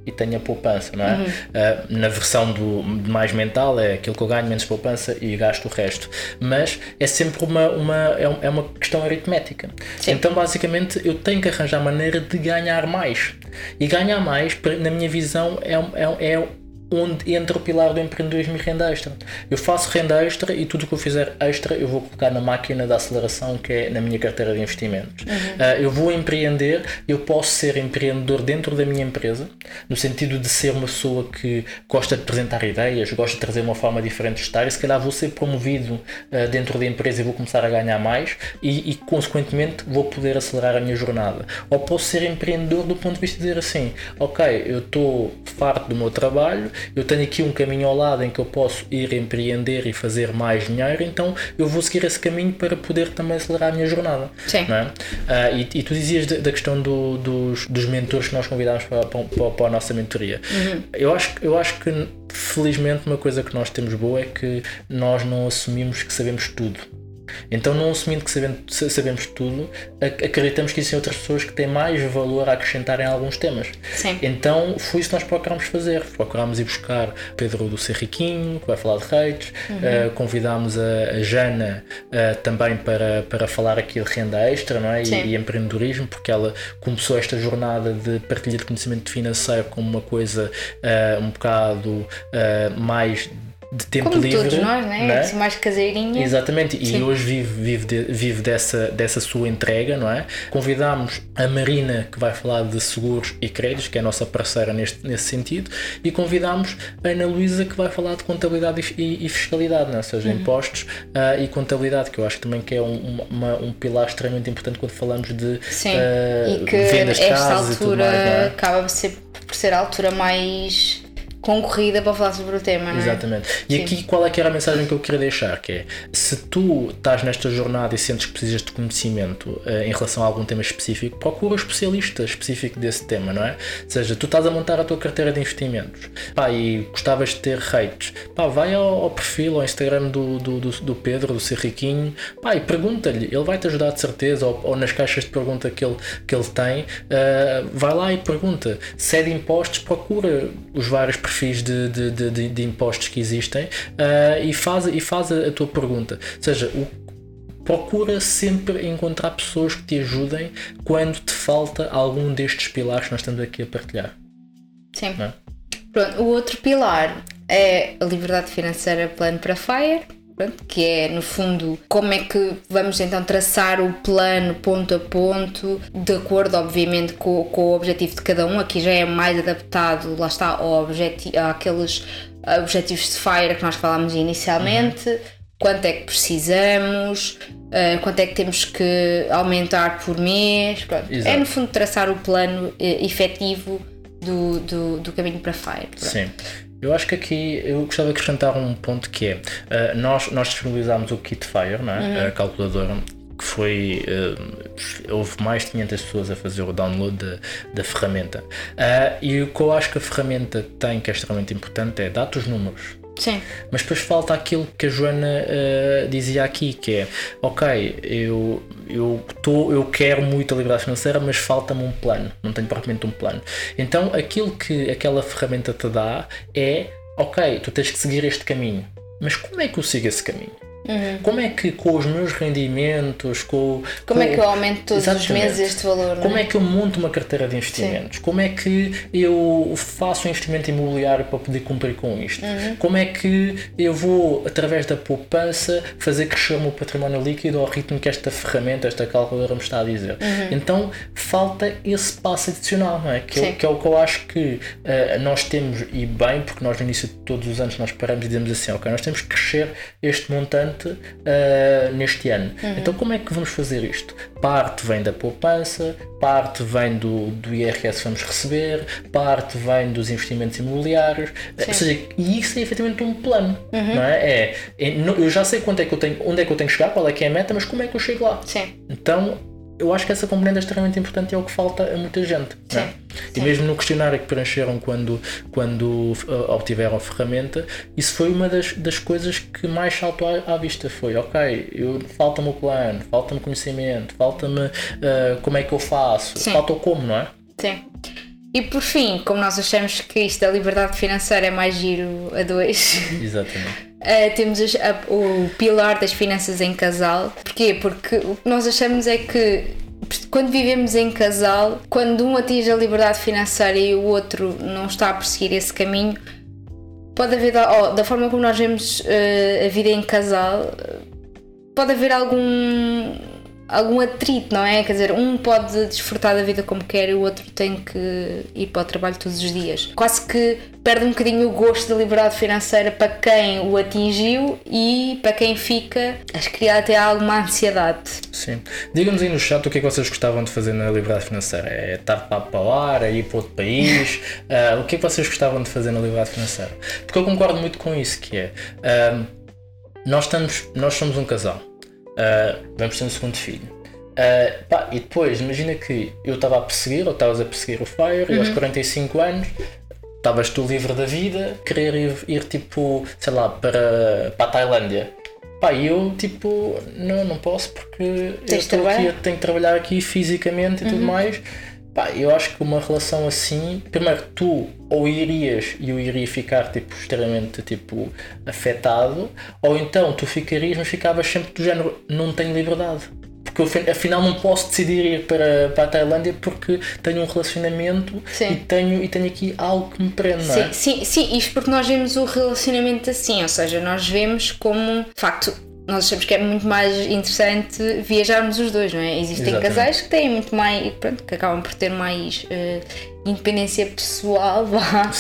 e tenho a poupança, não é? Uhum. Uh, na versão do mais mental é aquilo que eu ganho menos poupança e gasto o resto, mas é sempre uma, uma, é uma questão aritmética. Sim. Então basicamente eu tenho que arranjar maneira de ganhar mais, e ganhar mais na minha visão é, é, é onde entra o pilar do empreendedorismo e renda extra. Eu faço renda extra e tudo o que eu fizer extra eu vou colocar na máquina da aceleração que é na minha carteira de investimentos. Uhum. Uh, eu vou empreender, eu posso ser empreendedor dentro da minha empresa, no sentido de ser uma pessoa que gosta de apresentar ideias, gosta de trazer uma forma diferente de estar, e se calhar vou ser promovido uh, dentro da empresa e vou começar a ganhar mais e, e consequentemente vou poder acelerar a minha jornada. Ou posso ser empreendedor do ponto de vista de dizer assim, ok, eu estou farto do meu trabalho, eu tenho aqui um caminho ao lado em que eu posso ir empreender e fazer mais dinheiro, então eu vou seguir esse caminho para poder também acelerar a minha jornada. Sim. Não é? uh, e, e tu dizias de, da questão do, dos, dos mentores que nós convidámos para, para, para a nossa mentoria. Uhum. Eu, acho, eu acho que felizmente uma coisa que nós temos boa é que nós não assumimos que sabemos tudo. Então, não assumindo que sabemos, sabemos tudo, acreditamos que existem outras pessoas que têm mais valor a acrescentar em alguns temas. Sim. Então foi isso que nós procurámos fazer. Procurámos ir buscar Pedro do Serriquinho, que vai falar de redes, uhum. uh, convidámos a, a Jana uh, também para, para falar aqui de renda extra, não é? e, e empreendedorismo, porque ela começou esta jornada de partilha de conhecimento financeiro como uma coisa uh, um bocado uh, mais de tempo como livre, todos nós, né? Não é? Mais caseirinha. Exatamente, e Sim. hoje vive, vive, de, vive dessa, dessa sua entrega, não é? Convidámos a Marina, que vai falar de seguros e créditos, que é a nossa parceira neste, nesse sentido, e convidámos a Ana Luísa, que vai falar de contabilidade e, e fiscalidade, não é? Ou seja, uhum. impostos uh, e contabilidade, que eu acho também que é um, uma, um pilar extremamente importante quando falamos de Sim. Uh, e que vendas de casas e tudo mais, não é? Acaba por ser, por ser a altura mais concorrida para falar sobre o tema, não é? Exatamente. E Sim. aqui qual é que era a mensagem que eu queria deixar? Que é, se tu estás nesta jornada e sentes que precisas de conhecimento uh, em relação a algum tema específico, procura um especialista específico desse tema, não é? Ou seja, tu estás a montar a tua carteira de investimentos, pá, e gostavas de ter rates, pá, vai ao, ao perfil, ao Instagram do, do, do, do Pedro, do Serriquinho, pá, e pergunta-lhe, ele vai-te ajudar de certeza, ou, ou nas caixas de pergunta que ele, que ele tem, uh, vai lá e pergunta. Se é de impostos, procura os vários perfis De, de, de, de impostos que existem uh, e, faz, e faz a, a tua pergunta. Ou seja, o, procura sempre encontrar pessoas que te ajudem quando te falta algum destes pilares que nós estamos aqui a partilhar. Sim. Não é? Pronto, o outro pilar é a liberdade financeira plano para FIRE, que é, no fundo, como é que vamos então traçar o plano ponto a ponto, de acordo, obviamente, com, com o objetivo de cada um. Aqui já é mais adaptado, lá está, ao objeti- àqueles objetivos de FIRE que nós falámos inicialmente, uhum. quanto é que precisamos, uh, quanto é que temos que aumentar por mês. Pronto. É, no fundo, traçar o plano uh, efetivo do, do, do caminho para FIRE. Pronto. Sim. Eu acho que aqui eu gostava de acrescentar um ponto que é, uh, nós, nós disponibilizámos o Kit FIRE, não é? Uhum. A calculadora, que foi, uh, houve mais de quinhentas pessoas a fazer o download da, da ferramenta. Uh, e o que eu acho que a ferramenta tem, que é extremamente importante, é dar-te os números. Sim. Mas depois falta aquilo que a Joana uh, dizia aqui, que é, ok, eu, eu, tô, eu quero muito a liberdade financeira, mas falta-me um plano, não tenho propriamente um plano. Então aquilo que aquela ferramenta te dá é, ok, tu tens que seguir este caminho, mas como é que eu sigo esse caminho? Uhum. Como é que com os meus rendimentos, com, como com, é que eu aumento todos os meses este valor? Não é? Como é que eu monto uma carteira de investimentos? Sim. Como é que eu faço um investimento imobiliário para poder cumprir com isto? Uhum. Como é que eu vou, através da poupança, fazer crescer o meu património líquido ao ritmo que esta ferramenta, esta calculadora me está a dizer? Uhum. Então falta esse passo adicional, não é? Que, eu, que é o que eu acho que uh, nós temos, e bem, porque nós no início de todos os anos nós paramos e dizemos assim, ok, nós temos que crescer este montante Uh, neste ano. Uhum. Então como é que vamos fazer isto? Parte vem da poupança, parte vem do, do I R S que vamos receber, parte vem dos investimentos imobiliários. Sim. Ou seja, e isso é efetivamente um plano. Uhum. Não é? É, é, eu já sei quanto é que eu tenho, onde é que eu tenho que chegar, qual é que é a meta, mas como é que eu chego lá? Sim. Então eu acho que essa componente é extremamente importante e é o que falta a muita gente. Sim. Não é? E mesmo no questionário que preencheram quando, quando uh, obtiveram a ferramenta, isso foi uma das, das coisas que mais saltou à, à vista. Foi, ok, eu, falta-me o plano, falta-me conhecimento, falta-me uh, como é que eu faço, Sim. falta o como, não é? Sim. E por fim, como nós achamos que isto da liberdade financeira é mais giro a dois, Exatamente. uh, temos a, o pilar das finanças em casal. Porquê? Porque o que nós achamos é que quando vivemos em casal, quando um atinge a liberdade financeira e o outro não está a perseguir esse caminho, pode haver, oh, da forma como nós vemos uh, a vida em casal, pode haver algum, algum atrito, não é? Quer dizer, um pode desfrutar da vida como quer e o outro tem que ir para o trabalho todos os dias. Quase que perde um bocadinho o gosto da liberdade financeira para quem o atingiu e para quem fica, acho que cria até alguma ansiedade. Sim. Digam-nos aí no chat o que é que vocês gostavam de fazer na liberdade financeira. É estar para para o ar, é ir para outro país? uh, o que é que vocês gostavam de fazer na liberdade financeira? Porque eu concordo muito com isso, que é, uh, nós, estamos, nós somos um casal, uh, vamos ter um segundo filho. Uh, pá, e depois, imagina que eu estava a perseguir, ou estavas a perseguir o Fire, uhum. e aos quarenta e cinco anos estavas tu livre da vida, querer ir, ir tipo, sei lá, para, para a Tailândia. Pá, e eu tipo, não, não posso porque eu, estou aqui, eu tenho que trabalhar aqui fisicamente e uhum. tudo mais. Pá, eu acho que uma relação assim, primeiro tu ou irias e eu iria ficar tipo, extremamente tipo, afetado, ou então tu ficarias, mas ficavas sempre do género, não tenho liberdade. Porque eu, afinal não posso decidir ir para, para a Tailândia porque tenho um relacionamento e tenho, e tenho aqui algo que me prende, não é? Sim, sim, sim, isto porque nós vemos o relacionamento assim, ou seja, nós vemos como, de facto, nós achamos que é muito mais interessante viajarmos os dois, não é? Existem Exatamente. Casais que têm muito mais, pronto, que acabam por ter mais uh, independência pessoal, vá,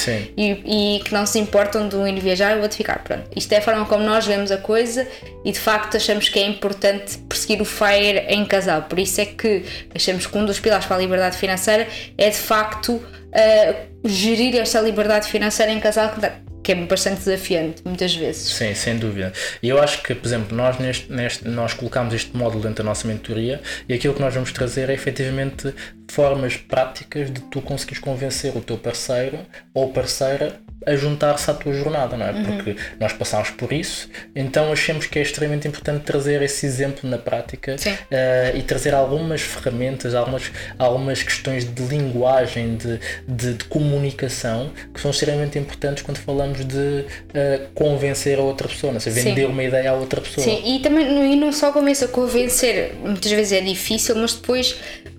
e, e que não se importam de um ir viajar e o outro ficar, pronto. Isto é a forma como nós vemos a coisa e de facto achamos que é importante perseguir o FIRE em casal, por isso é que achamos que um dos pilares para a liberdade financeira é de facto uh, gerir esta liberdade financeira em casal que dá, que é bastante desafiante, muitas vezes. Sim, sem dúvida. E eu acho que, por exemplo, nós, neste, neste, nós colocamos este módulo dentro da nossa mentoria e aquilo que nós vamos trazer é efetivamente formas práticas de tu conseguires convencer o teu parceiro ou parceira a juntar-se à tua jornada, não é? Uhum. Porque nós passámos por isso, então achamos que é extremamente importante trazer esse exemplo na prática uh, e trazer algumas ferramentas, algumas, algumas questões de linguagem, de, de, de comunicação que são extremamente importantes quando falamos de uh, convencer a outra pessoa, não sei, vender Sim. uma ideia à outra pessoa. Sim, e também e não só começa a convencer, muitas vezes é difícil, mas depois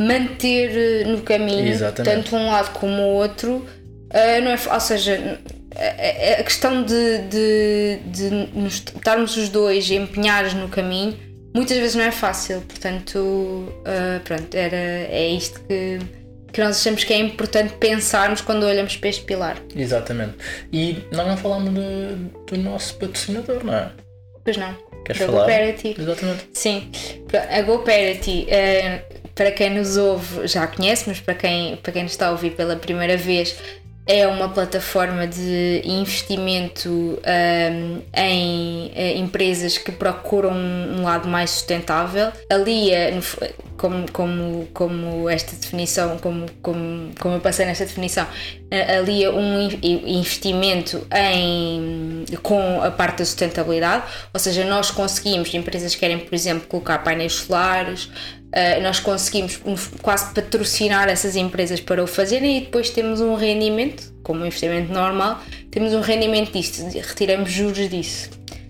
manter no caminho, Exatamente. Tanto um lado como o outro, uh, não é, ou seja, a, a questão de, de, de nos, estarmos os dois empenhados no caminho, muitas vezes não é fácil, portanto, uh, pronto, era, é isto que, que nós achamos que é importante pensarmos quando olhamos para este pilar. Exatamente. E nós não falamos do, do nosso patrocinador, não é? Pois não. Queres falar? GoParity. Exatamente. Sim, a GoParity, uh, para quem nos ouve já conhece, mas para quem, para quem nos está a ouvir pela primeira vez, é uma plataforma de investimento um, em uh, empresas que procuram um lado mais sustentável. Alia, como, como, como esta definição, como, como, como eu passei nesta definição, alia um investimento em, com a parte da sustentabilidade, ou seja, nós conseguimos, empresas que querem, por exemplo, colocar painéis solares, Uh, nós conseguimos quase patrocinar essas empresas para o fazerem e depois temos um rendimento, como um investimento normal, temos um rendimento disso, retiramos juros disso.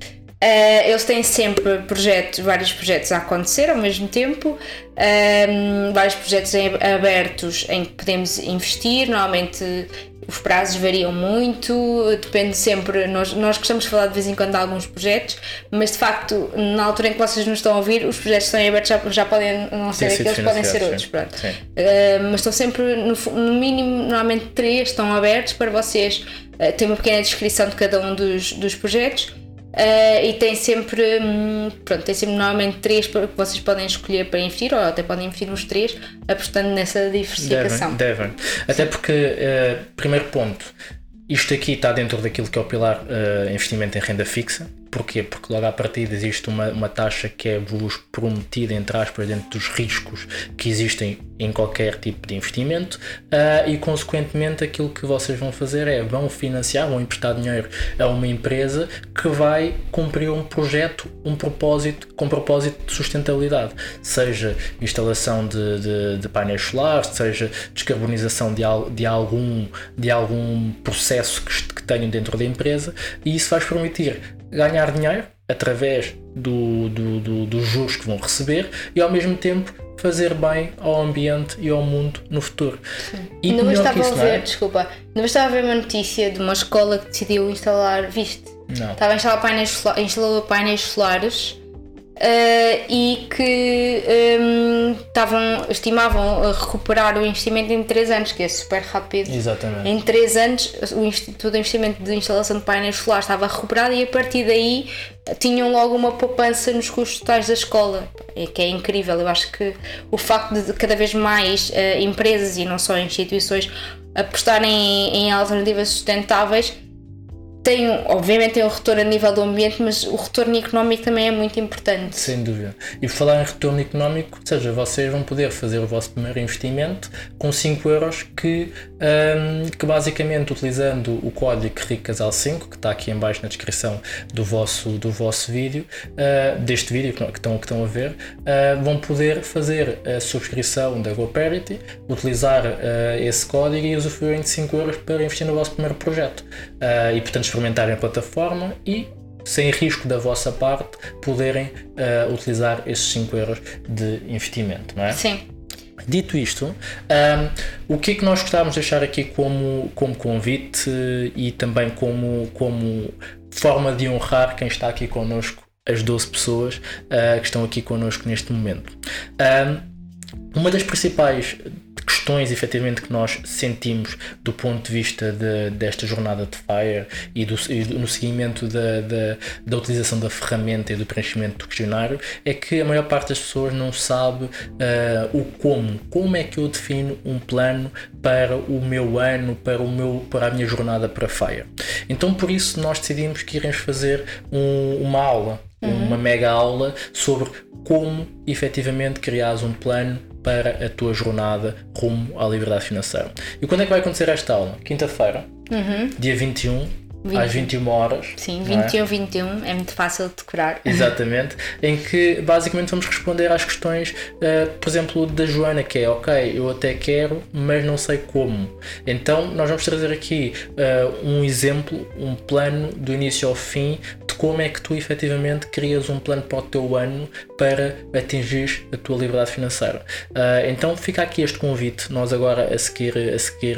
Uh, eles têm sempre projetos, vários projetos a acontecer ao mesmo tempo, um, vários projetos em, abertos em que podemos investir, normalmente os prazos variam muito, depende sempre, nós, nós gostamos de falar de vez em quando de alguns projetos, mas de facto na altura em que vocês nos estão a ouvir os projetos estão abertos, já, já podem não ser aqueles, podem ser outros, pronto. Uh, mas estão sempre, no, no mínimo, normalmente três estão abertos para vocês, uh, tem uma pequena descrição de cada um dos, dos projetos. Uh, e tem sempre, hum, pronto, tem sempre normalmente três que vocês podem escolher para investir, ou até podem investir nos três, apostando nessa diversificação. Devem, devem. Até porque, uh, primeiro ponto, isto aqui está dentro daquilo que é o pilar uh, investimento em renda fixa, Porquê? Porque logo à partida existe uma, uma taxa que é vos prometida, entre aspas, dentro dos riscos que existem em qualquer tipo de investimento, uh, e consequentemente aquilo que vocês vão fazer é vão financiar, vão emprestar dinheiro a uma empresa que vai cumprir um projeto, um propósito, com propósito de sustentabilidade, seja instalação de, de, de painéis solares, seja descarbonização de, al, de, algum, de algum processo que, que tenham dentro da empresa, e isso vai permitir ganhar dinheiro através do, do, do, dos juros que vão receber e ao mesmo tempo fazer bem ao ambiente e ao mundo no futuro. E não estava a ver, é? desculpa, não estava a ver uma notícia de uma escola que decidiu instalar, viste? Não. Estava a instalar painéis, instalou painéis solares uh, e que um, estavam, estimavam a recuperar o investimento em três anos, que é super rápido. Exatamente. Em três anos o Instituto de Investimento de Instalação de Painéis Solares estava recuperado e a partir daí tinham logo uma poupança nos custos totais da escola, que é incrível. Eu acho que o facto de cada vez mais uh, empresas e não só instituições apostarem em, em alternativas sustentáveis tem, obviamente tem um retorno a nível do ambiente, mas o retorno económico também é muito importante. Sem dúvida. E por falar em retorno económico, ou seja, vocês vão poder fazer o vosso primeiro investimento com cinco euros que, um, que basicamente utilizando o código RICASAL cinco, que está aqui em baixo na descrição do vosso, do vosso vídeo, uh, deste vídeo que estão, que estão a ver, uh, vão poder fazer a subscrição da GoParity, utilizar uh, esse código e usufruírem de cinco euros para investir no vosso primeiro projeto. Uh, e portanto experimentarem a plataforma e, sem risco da vossa parte, poderem uh, utilizar esses cinco euros de investimento, não é? Sim. Dito isto, um, o que é que nós gostávamos de deixar aqui como, como convite e também como, como forma de honrar quem está aqui connosco, as doze pessoas uh, que estão aqui connosco neste momento. Um, uma das principais questões efetivamente que nós sentimos do ponto de vista de, desta jornada de FIRE e, do, e do, no seguimento da, da, da utilização da ferramenta e do preenchimento do questionário é que a maior parte das pessoas não sabe uh, o como, como é que eu defino um plano para o meu ano, para, o meu, para a minha jornada para FIRE. Então por isso nós decidimos que iremos fazer um, uma aula, uhum. uma mega aula sobre como efetivamente criares um plano para a tua jornada rumo à liberdade financeira. E quando é que vai acontecer esta aula? Quinta-feira, uhum. dia vinte e um, vinte às vinte e uma horas. Sim, vinte e um, vinte e um, é muito fácil de decorar. Exatamente, em que basicamente vamos responder às questões, uh, por exemplo, da Joana, que é, ok, eu até quero, mas não sei como. Então nós vamos trazer aqui uh, um exemplo, um plano do início ao fim, de como é que tu efetivamente crias um plano para o teu ano para atingir a tua liberdade financeira. Uh, então fica aqui este convite, nós agora a seguir, a, seguir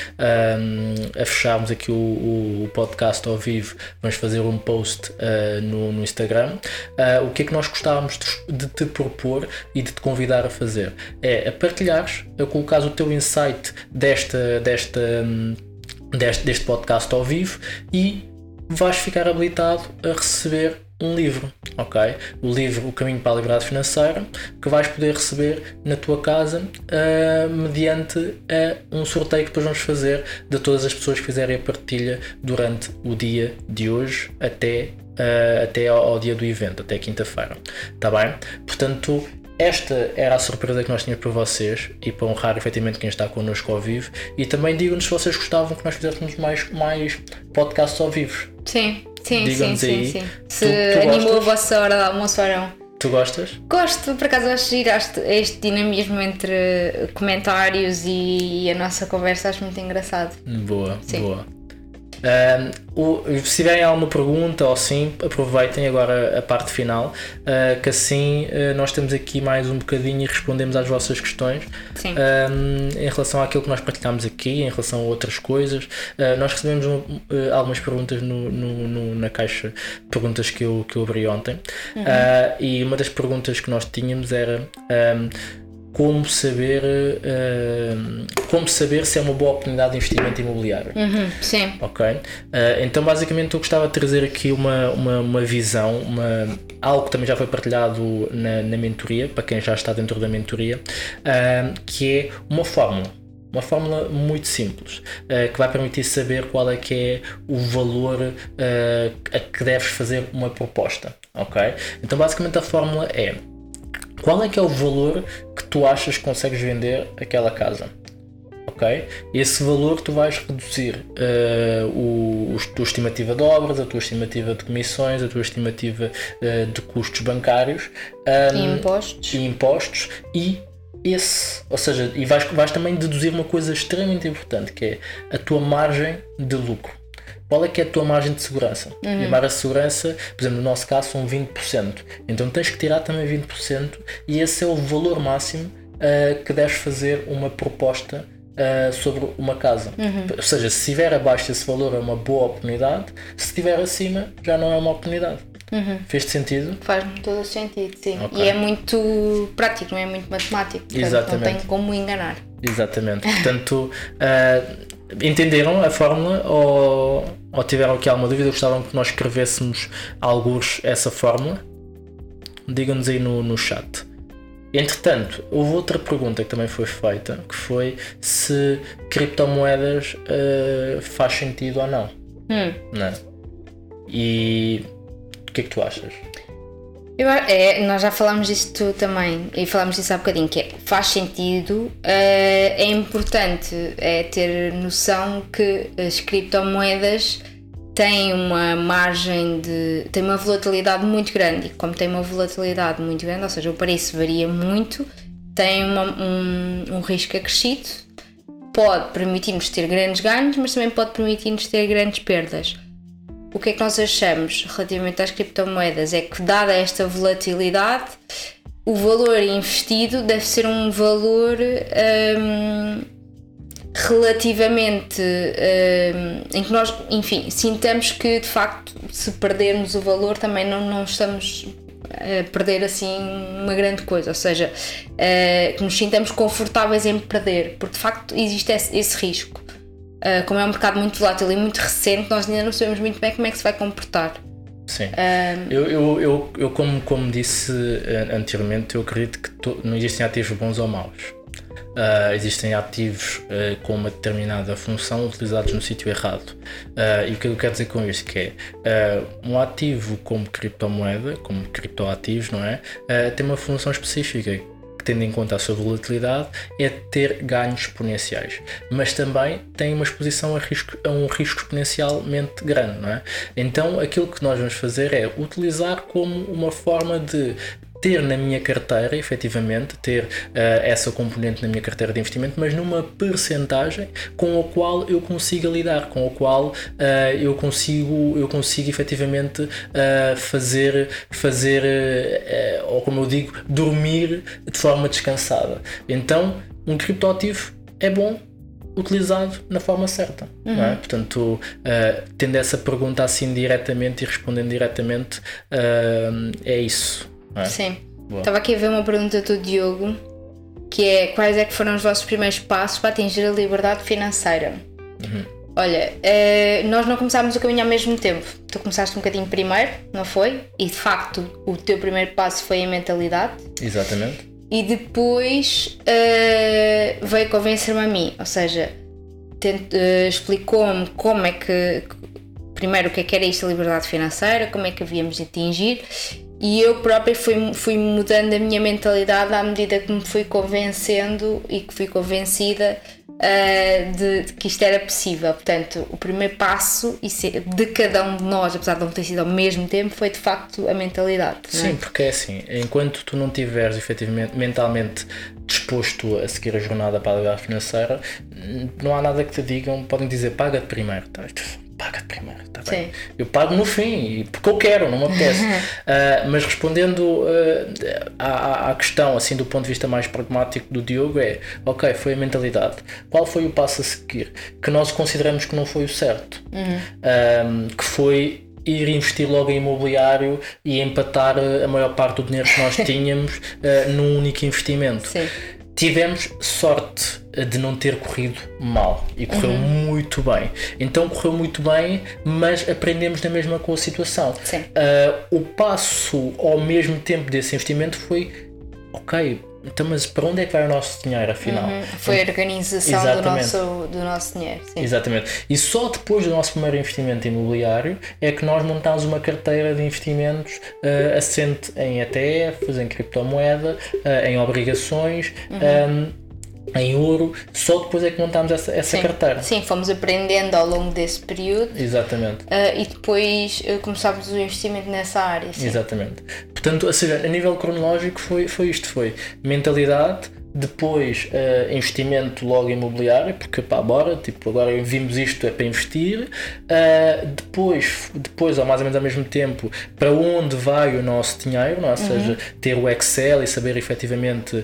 uh, a fecharmos aqui o, o podcast ao vivo, vamos fazer um post uh, no, no Instagram. Uh, o que é que nós gostávamos de, de te propor e de te convidar a fazer? É a partilhares, a colocares o teu insight desta, desta, um, deste, deste podcast ao vivo e vais ficar habilitado a receber um livro, ok? O livro O Caminho para a Liberdade Financeira, que vais poder receber na tua casa uh, mediante uh, um sorteio que depois vamos fazer de todas as pessoas que fizerem a partilha durante o dia de hoje até, uh, até ao, ao dia do evento, até quinta-feira, tá bem? Portanto, esta era a surpresa que nós tínhamos para vocês e para honrar efetivamente quem está connosco ao vivo, e também digam-nos se vocês gostavam que nós fizéssemos mais, mais podcasts ao vivo. Sim, sim, sim, sim, sim. Se tu, tu animou gostas? a vossa hora de almoço ou não. Tu gostas? Gosto, por acaso acho giro este, este dinamismo entre comentários e a nossa conversa, acho muito engraçado. Boa, sim. boa. Um, o, se tiverem alguma pergunta ou sim, aproveitem agora a parte final, uh, que assim uh, nós temos aqui mais um bocadinho e respondemos às vossas questões um, em relação àquilo que nós partilhámos aqui, em relação a outras coisas. Uh, nós recebemos um, uh, algumas perguntas no, no, no, na caixa de perguntas que eu, que eu abri ontem, uhum. uh, e uma das perguntas que nós tínhamos era um, como saber uh, como saber se é uma boa oportunidade de investimento imobiliário. Uhum, sim. Ok? Uh, então basicamente eu gostava de trazer aqui uma, uma, uma visão, uma, algo que também já foi partilhado na, na mentoria, para quem já está dentro da mentoria, uh, que é uma fórmula. Uma fórmula muito simples, uh, que vai permitir saber qual é que é o valor uh, a que deves fazer uma proposta, ok? Então basicamente a fórmula é: qual é que é o valor que tu achas que consegues vender aquela casa? Ok? Esse valor tu vais reduzir uh, o, a tua estimativa de obras, a tua estimativa de comissões, a tua estimativa uh, de custos bancários um, e impostos. e impostos e esse, ou seja, e vais, vais também deduzir uma coisa extremamente importante, que é a tua margem de lucro. Qual é que é a tua margem de segurança? Uhum. E a margem de segurança, por exemplo, no nosso caso são vinte por cento. Então tens que tirar também vinte por cento e esse é o valor máximo uh, que deves fazer uma proposta Uh, sobre uma casa. Uhum. Ou seja, se estiver abaixo desse valor é uma boa oportunidade, se estiver acima já não é uma oportunidade. Uhum. Fez-te sentido? Faz-me todo o sentido, sim. Okay. E é muito prático, não é muito matemático. Portanto, exatamente. Não tem como enganar. Exatamente. Portanto, uh, entenderam a fórmula ou, ou tiveram aqui alguma dúvida? Gostavam que nós escrevêssemos alguns essa fórmula? Digam-nos aí no, no chat. Entretanto, houve outra pergunta que também foi feita, que foi se criptomoedas uh, faz sentido ou não. Hum. Não é? E o que é que tu achas? Eu, é, nós já falámos disso também, e falámos disso há bocadinho, que é, faz sentido, uh, é importante é ter noção que as criptomoedas tem uma margem de... tem uma volatilidade muito grande e como tem uma volatilidade muito grande, ou seja, o preço varia muito, tem uma, um, um risco acrescido, pode permitir-nos ter grandes ganhos, mas também pode permitir-nos ter grandes perdas. O que é que nós achamos relativamente às criptomoedas é que, dada esta volatilidade, o valor investido deve ser um valor... Um, relativamente uh, em que nós, enfim, sintamos que de facto se perdermos o valor também não, não estamos a perder assim uma grande coisa, ou seja, uh, que nos sintamos confortáveis em perder, porque de facto existe esse, esse risco. Uh, como é um mercado muito volátil e muito recente, nós ainda não sabemos muito bem como é que se vai comportar. Sim, um, eu, eu, eu, eu como, como disse anteriormente, eu acredito que to, não existem ativos bons ou maus. Uh, existem ativos uh, com uma determinada função utilizados no sítio errado. Uh, e o que eu quero dizer com isto que é uh, um ativo como criptomoeda, como criptoativos, não é? Uh, tem uma função específica que, tendo em conta a sua volatilidade, é ter ganhos exponenciais, mas também tem uma exposição a, risco, a um risco exponencialmente grande, não é? Então aquilo que nós vamos fazer é utilizar como uma forma de ter na minha carteira, efetivamente, ter uh, essa componente na minha carteira de investimento, mas numa percentagem com a qual eu consiga lidar, com a qual uh, eu consigo, eu consigo efetivamente uh, fazer, fazer uh, ou como eu digo, dormir de forma descansada. Então, um criptoativo é bom utilizado na forma certa. Uhum. Não é? Portanto, uh, tendo essa pergunta assim diretamente e respondendo diretamente, uh, é isso. É? Sim. Boa. Estava aqui a ver uma pergunta do Diogo, que é: quais é que foram os vossos primeiros passos para atingir a liberdade financeira? Uhum. Olha, eh, nós não começámos o caminho ao mesmo tempo. Tu começaste um bocadinho primeiro, não foi? E de facto o teu primeiro passo foi a mentalidade. Exatamente. E depois eh, veio convencer-me a mim, ou seja, tento, eh, explicou-me como é que, primeiro o que é que era isto a liberdade financeira, como é que havíamos de atingir. E eu própria fui, fui mudando a minha mentalidade à medida que me fui convencendo e que fui convencida uh, de, de que isto era possível. Portanto, o primeiro passo de cada um de nós, apesar de não ter sido ao mesmo tempo, foi de facto a mentalidade. Não é? Sim, porque é assim, enquanto tu não estiveres efetivamente mentalmente disposto a seguir a jornada para a liberdade financeira, não há nada que te digam, podem dizer paga-te primeiro, tá? Paga-te primeiro, está bem? Sim. Eu pago no fim, porque eu quero, não me apetece. uh, mas respondendo uh, à, à questão, assim, do ponto de vista mais pragmático do Diogo, é: ok, foi a mentalidade. Qual foi o passo a seguir? Que nós consideramos que não foi o certo. Uhum. Uh, que foi ir investir logo em imobiliário e empatar a maior parte do dinheiro que nós tínhamos uh, num único investimento. Sim. Tivemos sorte de não ter corrido mal e correu uhum. muito bem. Então correu muito bem, mas aprendemos na mesma com a situação. Uh, o passo ao mesmo tempo desse investimento foi: ok, então, mas para onde é que vai o nosso dinheiro, afinal? Uhum. Foi a organização do nosso, do nosso dinheiro. Sim. Exatamente. E só depois do nosso primeiro investimento imobiliário é que nós montámos uma carteira de investimentos uh, assente em E T Fs, em criptomoeda, uh, em obrigações, uhum. um, em ouro. Só depois é que montámos essa, essa Sim. carteira. Sim, fomos aprendendo ao longo desse período. Exatamente. Uh, e depois uh, começámos o investimento nessa área. Sim. Exatamente. Portanto, ou seja, a nível cronológico foi, foi isto, foi mentalidade, depois uh, investimento logo imobiliário, porque pá, bora, tipo, agora vimos isto é para investir, uh, depois, depois, ou mais ou menos ao mesmo tempo, para onde vai o nosso dinheiro, não é? Ou seja, uhum. ter o Excel e saber efetivamente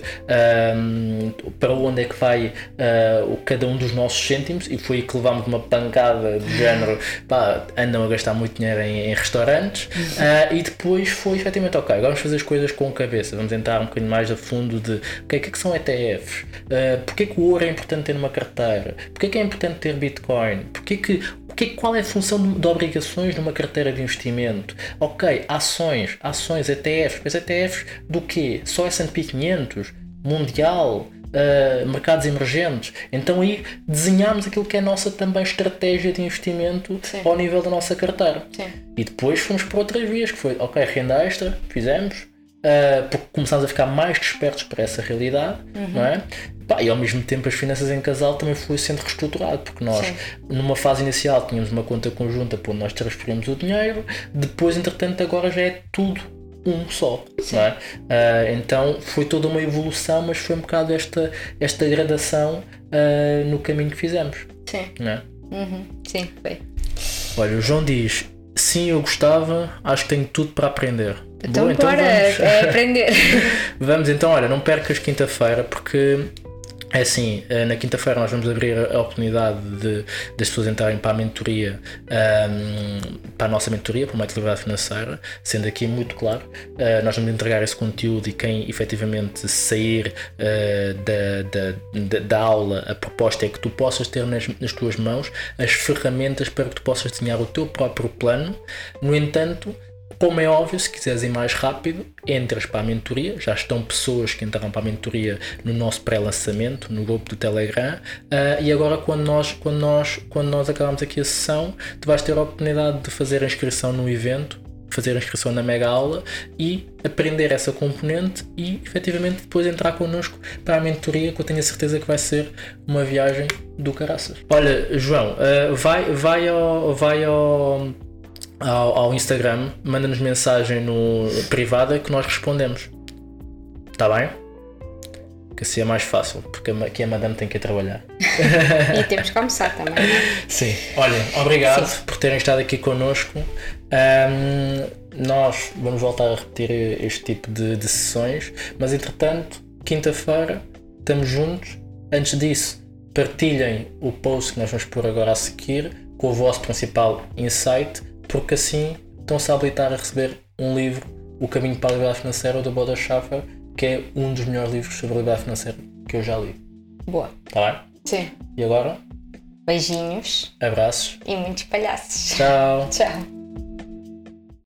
um, para onde é que vai uh, cada um dos nossos cêntimos, e foi aí que levámos uma pancada do género, pá, andam a gastar muito dinheiro em, em restaurantes, uh, e depois foi efetivamente, ok, vamos fazer as coisas com cabeça, vamos entrar um bocadinho mais a fundo de o que é que são E T Fs, uh, porque é que o ouro é importante ter numa carteira, porque é que é importante ter Bitcoin, porque é que, porque é, qual é a função de, de obrigações numa carteira de investimento, ok, ações, ações, E T Fs, mas E T Fs do quê? Só S and P quinhentos, mundial, uh, mercados emergentes, então aí desenhámos aquilo que é a nossa também estratégia de investimento Sim. ao nível da nossa carteira. Sim. E depois fomos para outras vias, que foi, ok, renda extra, fizemos, Uh, porque começámos a ficar mais despertos para essa realidade, uhum. não é? Pá, e ao mesmo tempo as finanças em casal também foi sendo reestruturado, porque nós Sim. numa fase inicial tínhamos uma conta conjunta para onde nós transferimos o dinheiro, depois entretanto agora já é tudo um só, Sim. não é? Uh, então foi toda uma evolução, mas foi um bocado esta, esta gradação uh, no caminho que fizemos. Sim. Não é? Uhum. Sim, foi. Olha, o João diz, sim, eu gostava, acho que tenho tudo para aprender. Então, Boa, então bora, vamos. é aprender. Vamos então, olha, não percas quinta-feira, porque é assim, na quinta-feira nós vamos abrir a oportunidade de, das pessoas entrarem para a mentoria, um, para a nossa mentoria, para o método de liberdade financeira, sendo aqui muito claro, uh, nós vamos entregar esse conteúdo e quem efetivamente sair uh, da, da, da, da aula, a proposta é que tu possas ter nas, nas tuas mãos as ferramentas para que tu possas desenhar o teu próprio plano. No entanto, como é óbvio, se quiseres ir mais rápido, entras para a mentoria. Já estão pessoas que entraram para a mentoria no nosso pré-lançamento, no grupo do Telegram, uh, e agora quando nós, quando, nós, quando nós acabarmos aqui a sessão, tu vais ter a oportunidade de fazer a inscrição no evento, fazer a inscrição na mega aula e aprender essa componente e efetivamente depois entrar connosco para a mentoria, que eu tenho a certeza que vai ser uma viagem do caraças. Olha, João, uh, vai, vai ao... Vai ao Ao, ao Instagram, manda-nos mensagem no privada que nós respondemos. Está bem? Que assim é mais fácil, porque aqui a madame tem que ir trabalhar. E temos que almoçar também. Sim. Olha, obrigado Sim. por terem estado aqui connosco. Um, nós vamos voltar a repetir este tipo de, de sessões, mas entretanto, quinta-feira, estamos juntos. Antes disso, partilhem o post que nós vamos pôr agora a seguir com o vosso principal insight, porque assim estão-se a habilitar a receber um livro, O Caminho para a Liberdade Financeira, do Bodo Schaffer, que é um dos melhores livros sobre liberdade financeira que eu já li. Boa. Está bem? Sim. E agora? Beijinhos. Abraços. E muitos palhaços. Tchau. Tchau.